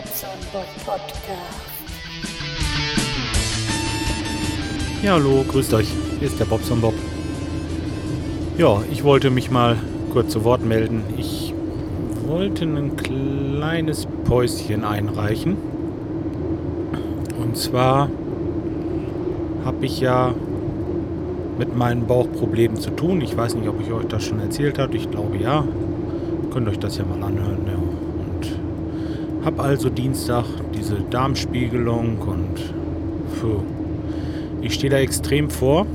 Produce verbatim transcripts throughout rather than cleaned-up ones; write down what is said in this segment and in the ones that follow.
Bobson Bob Podcast. Ja, hallo, grüßt euch. Hier ist der Bobson Bob. Ja, ich wollte mich mal kurz zu Wort melden. Ich wollte ein kleines Päuschen einreichen. Und zwar habe ich ja mit meinen Bauchproblemen zu tun. Ich weiß nicht, ob ich euch das schon erzählt habe. Ich glaube ja. Könnt euch das ja mal anhören. Ja. Und habe also Dienstag diese Darmspiegelung und puh, ich stehe da extrem vor.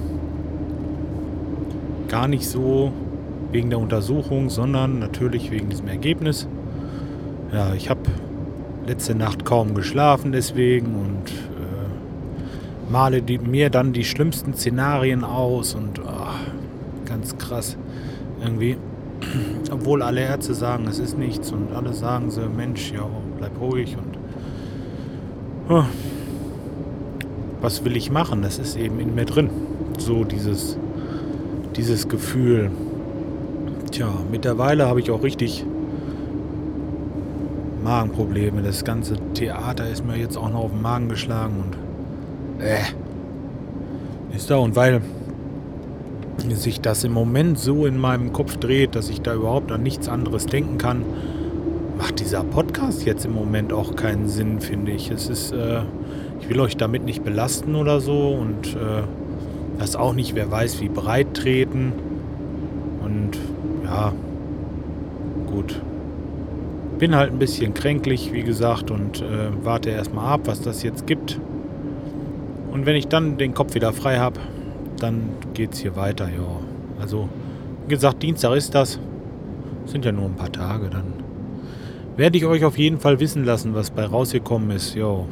Gar nicht so wegen der Untersuchung, sondern natürlich wegen diesem Ergebnis. Ja, ich habe letzte Nacht kaum geschlafen deswegen und äh, male die, mir dann die schlimmsten Szenarien aus und ach, ganz krass irgendwie. Obwohl alle Ärzte sagen, es ist nichts und alle sagen so, Mensch, ja, bleib ruhig und oh, was will ich machen? Das ist eben in mir drin. So dieses, dieses Gefühl. Tja, mittlerweile habe ich auch richtig Magenprobleme. Das ganze Theater ist mir jetzt auch noch auf den Magen geschlagen und äh, ist da. Und weil sich das im Moment so in meinem Kopf dreht, dass ich da überhaupt an nichts anderes denken kann, macht dieser Podcast jetzt im Moment auch keinen Sinn, finde ich. Es ist, äh, ich will euch damit nicht belasten oder so und äh, das auch nicht, wer weiß, wie breit treten. Und ja, gut. Bin halt ein bisschen kränklich, wie gesagt, und äh, warte erstmal ab, was das jetzt gibt. Und wenn ich dann den Kopf wieder frei habe, dann geht's hier weiter, ja. Also, wie gesagt, Dienstag ist das. Sind ja nur ein paar Tage, dann werde ich euch auf jeden Fall wissen lassen, was bei rausgekommen ist, jo.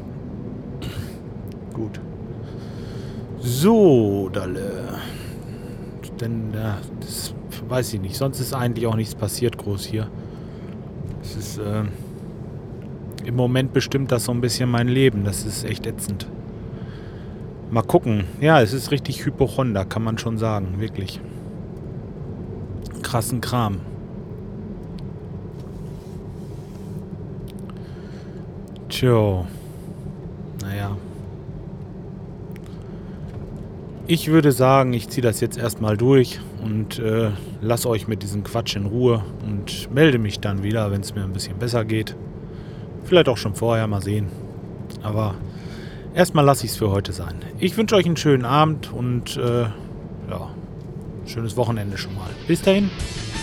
Gut. So, Dalle. Denn, ja, das weiß ich nicht. Sonst ist eigentlich auch nichts passiert groß hier. Es ist, äh, im Moment bestimmt das so ein bisschen mein Leben. Das ist echt ätzend. Mal gucken. Ja, es ist richtig Hypochonder, kann man schon sagen. Wirklich. Krassen Kram. Tja. Naja. Ich würde sagen, ich ziehe das jetzt erstmal durch und äh, lasse euch mit diesem Quatsch in Ruhe und melde mich dann wieder, wenn es mir ein bisschen besser geht. Vielleicht auch schon vorher, mal sehen. Aber erstmal lasse ich es für heute sein. Ich wünsche euch einen schönen Abend und äh, ja, schönes Wochenende schon mal. Bis dahin.